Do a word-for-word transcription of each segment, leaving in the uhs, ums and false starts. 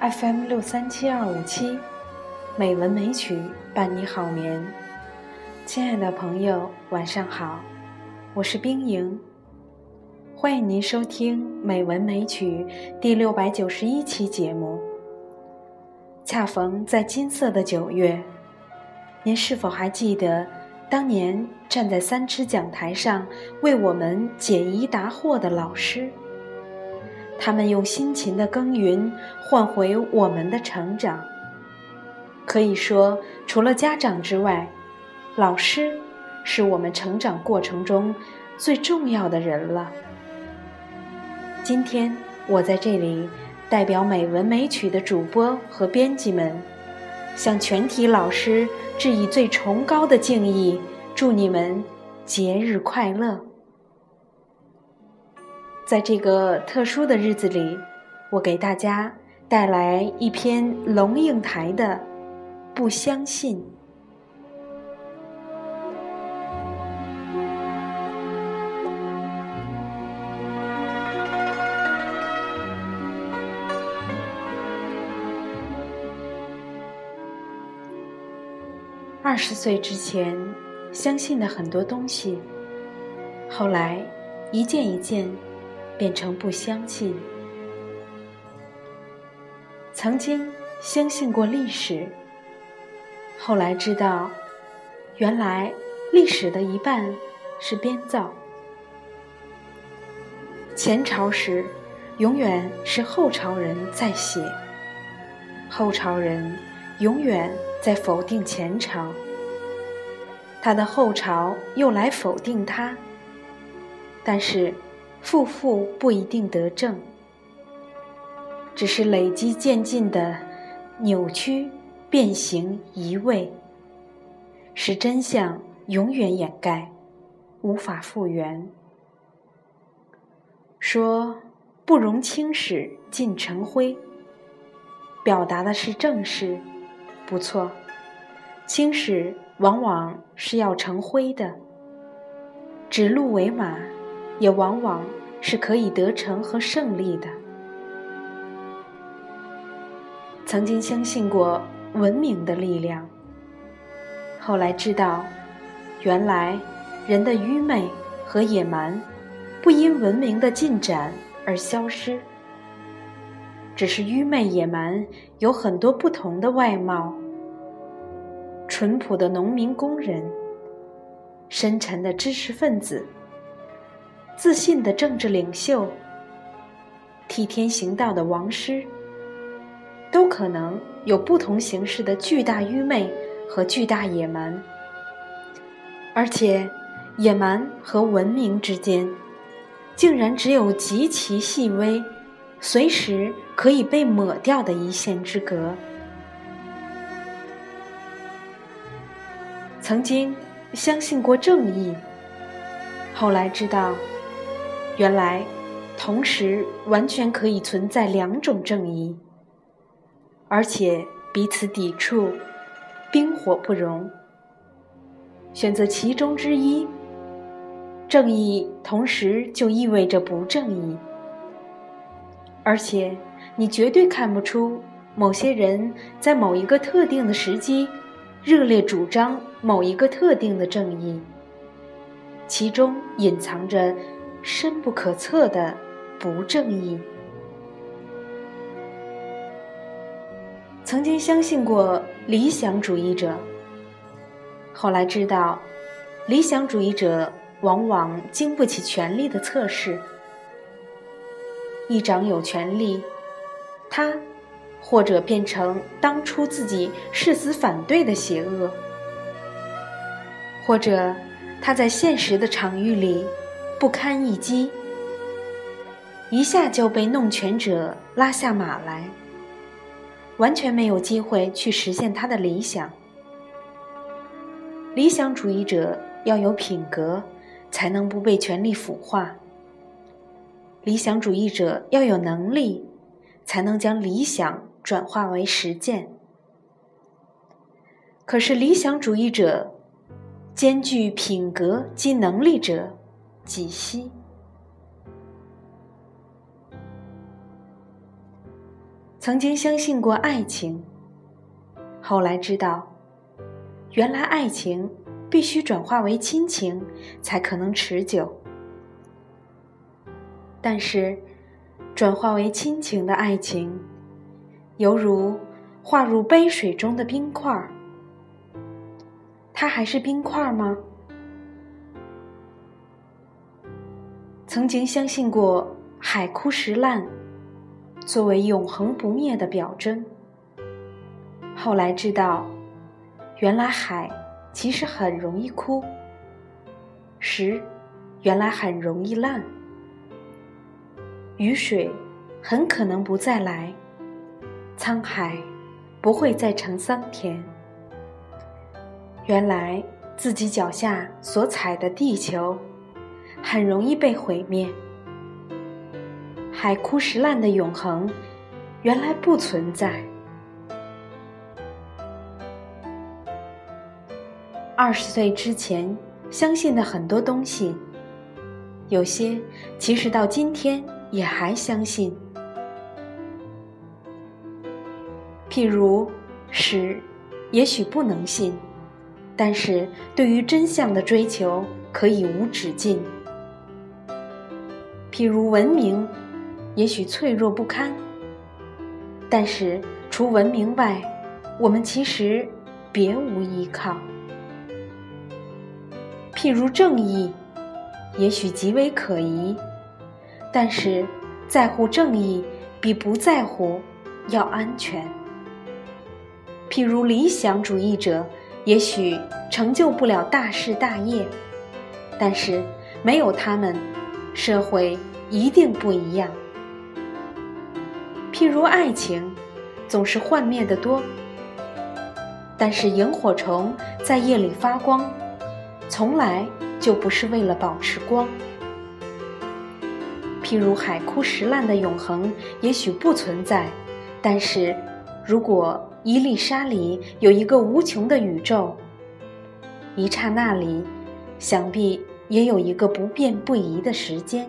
F M 六三七二五七，美文美曲伴你好眠。亲爱的朋友，晚上好，我是冰莹，欢迎您收听美文美曲第六百九十一期节目。恰逢在金色的九月，您是否还记得当年站在三尺讲台上为我们解疑答惑的老师？他们用辛勤的耕耘换回我们的成长。可以说，除了家长之外，老师是我们成长过程中最重要的人了。今天我在这里代表美文美曲的主播和编辑们，向全体老师致以最崇高的敬意，祝你们节日快乐。在这个特殊的日子里，我给大家带来一篇龙应台的《不相信》。二十岁之前相信的很多东西，后来一件一件变成不相信。曾经相信过历史，后来知道原来历史的一半是编造。前朝时永远是后朝人在写，后朝人永远在否定前朝，他的后朝又来否定他，但是负负不一定得正，只是累积渐进的扭曲变形移位，使真相永远掩盖，无法复原。说不容青史尽成灰，表达的是正事，不错，青史往往是要成灰的，指鹿为马也往往是可以得成和胜利的。曾经相信过文明的力量，后来知道原来人的愚昧和野蛮不因文明的进展而消失，只是愚昧野蛮有很多不同的外貌，淳朴的农民工人，深沉的知识分子，自信的政治领袖，替天行道的王师，都可能有不同形式的巨大愚昧和巨大野蛮。而且野蛮和文明之间竟然只有极其细微，随时可以被抹掉的一线之隔。曾经相信过正义，后来知道原来同时完全可以存在两种正义，而且彼此抵触，冰火不容。选择其中之一，正义同时就意味着不正义。而且你绝对看不出某些人在某一个特定的时机热烈主张某一个特定的正义，其中隐藏着深不可测的不正义。曾经相信过理想主义者，后来知道理想主义者往往经不起权力的测试。一掌有权力，他或者变成当初自己誓死反对的邪恶，或者他在现实的场域里不堪一击，一下就被弄权者拉下马来，完全没有机会去实现他的理想。理想主义者要有品格，才能不被权力腐化。理想主义者要有能力，才能将理想转化为实践。可是理想主义者兼具品格及能力者几稀。 曾经相信过爱情，后来知道，原来爱情必须转化为亲情才可能持久。但是，转化为亲情的爱情，犹如化入杯水中的冰块，它还是冰块吗？曾经相信过海枯石烂作为永恒不灭的表征，后来知道，原来海其实很容易枯，石原来很容易烂，雨水很可能不再来，沧海不会再成桑田。原来自己脚下所踩的地球很容易被毁灭，海枯石烂的永恒原来不存在。二十岁之前相信的很多东西，有些其实到今天也还相信。譬如屎也许不能信，但是对于真相的追求可以无止境。譬如文明也许脆弱不堪，但是除文明外，我们其实别无依靠。譬如正义也许极为可疑，但是在乎正义比不在乎要安全。譬如理想主义者也许成就不了大事大业，但是没有他们，社会一定不一样。譬如爱情总是幻灭得多，但是萤火虫在夜里发光，从来就不是为了保持光。譬如海枯石烂的永恒也许不存在，但是如果一粒沙里有一个无穷的宇宙，一刹那里想必也有一个不变不移的时间。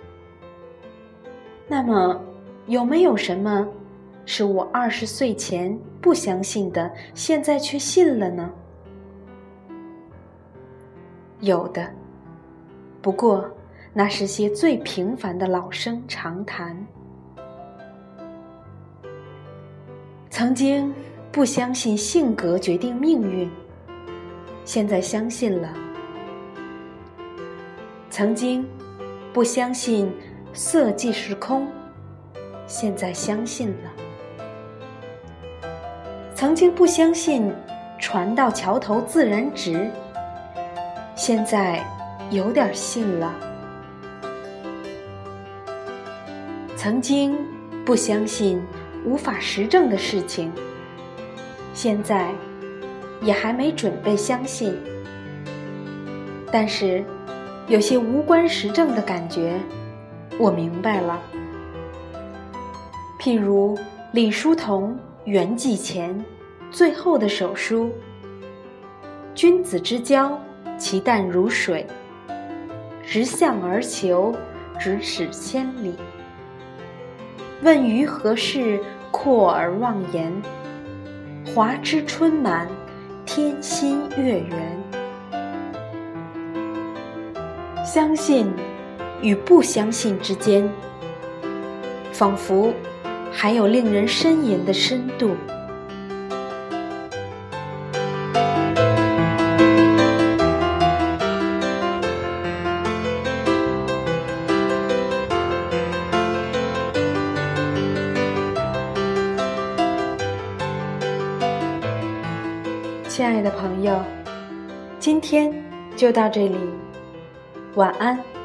那么有没有什么是我二十岁前不相信的，现在却信了呢？有的，不过那是些最平凡的老生常谈。曾经不相信性格决定命运，现在相信了。曾经不相信色即是空，现在相信了。曾经不相信船到桥头自然直，现在有点信了。曾经不相信无法实证的事情，现在也还没准备相信。但是有些无关实证的感觉，我明白了。譬如李叔同圆寂前最后的手书：君子之交，其淡如水，直向而求，咫尺千里。问于何事阔而忘言？华之春满，天心月圆。相信与不相信之间，仿佛还有令人呻吟的深度。亲爱的朋友，今天就到这里，晚安。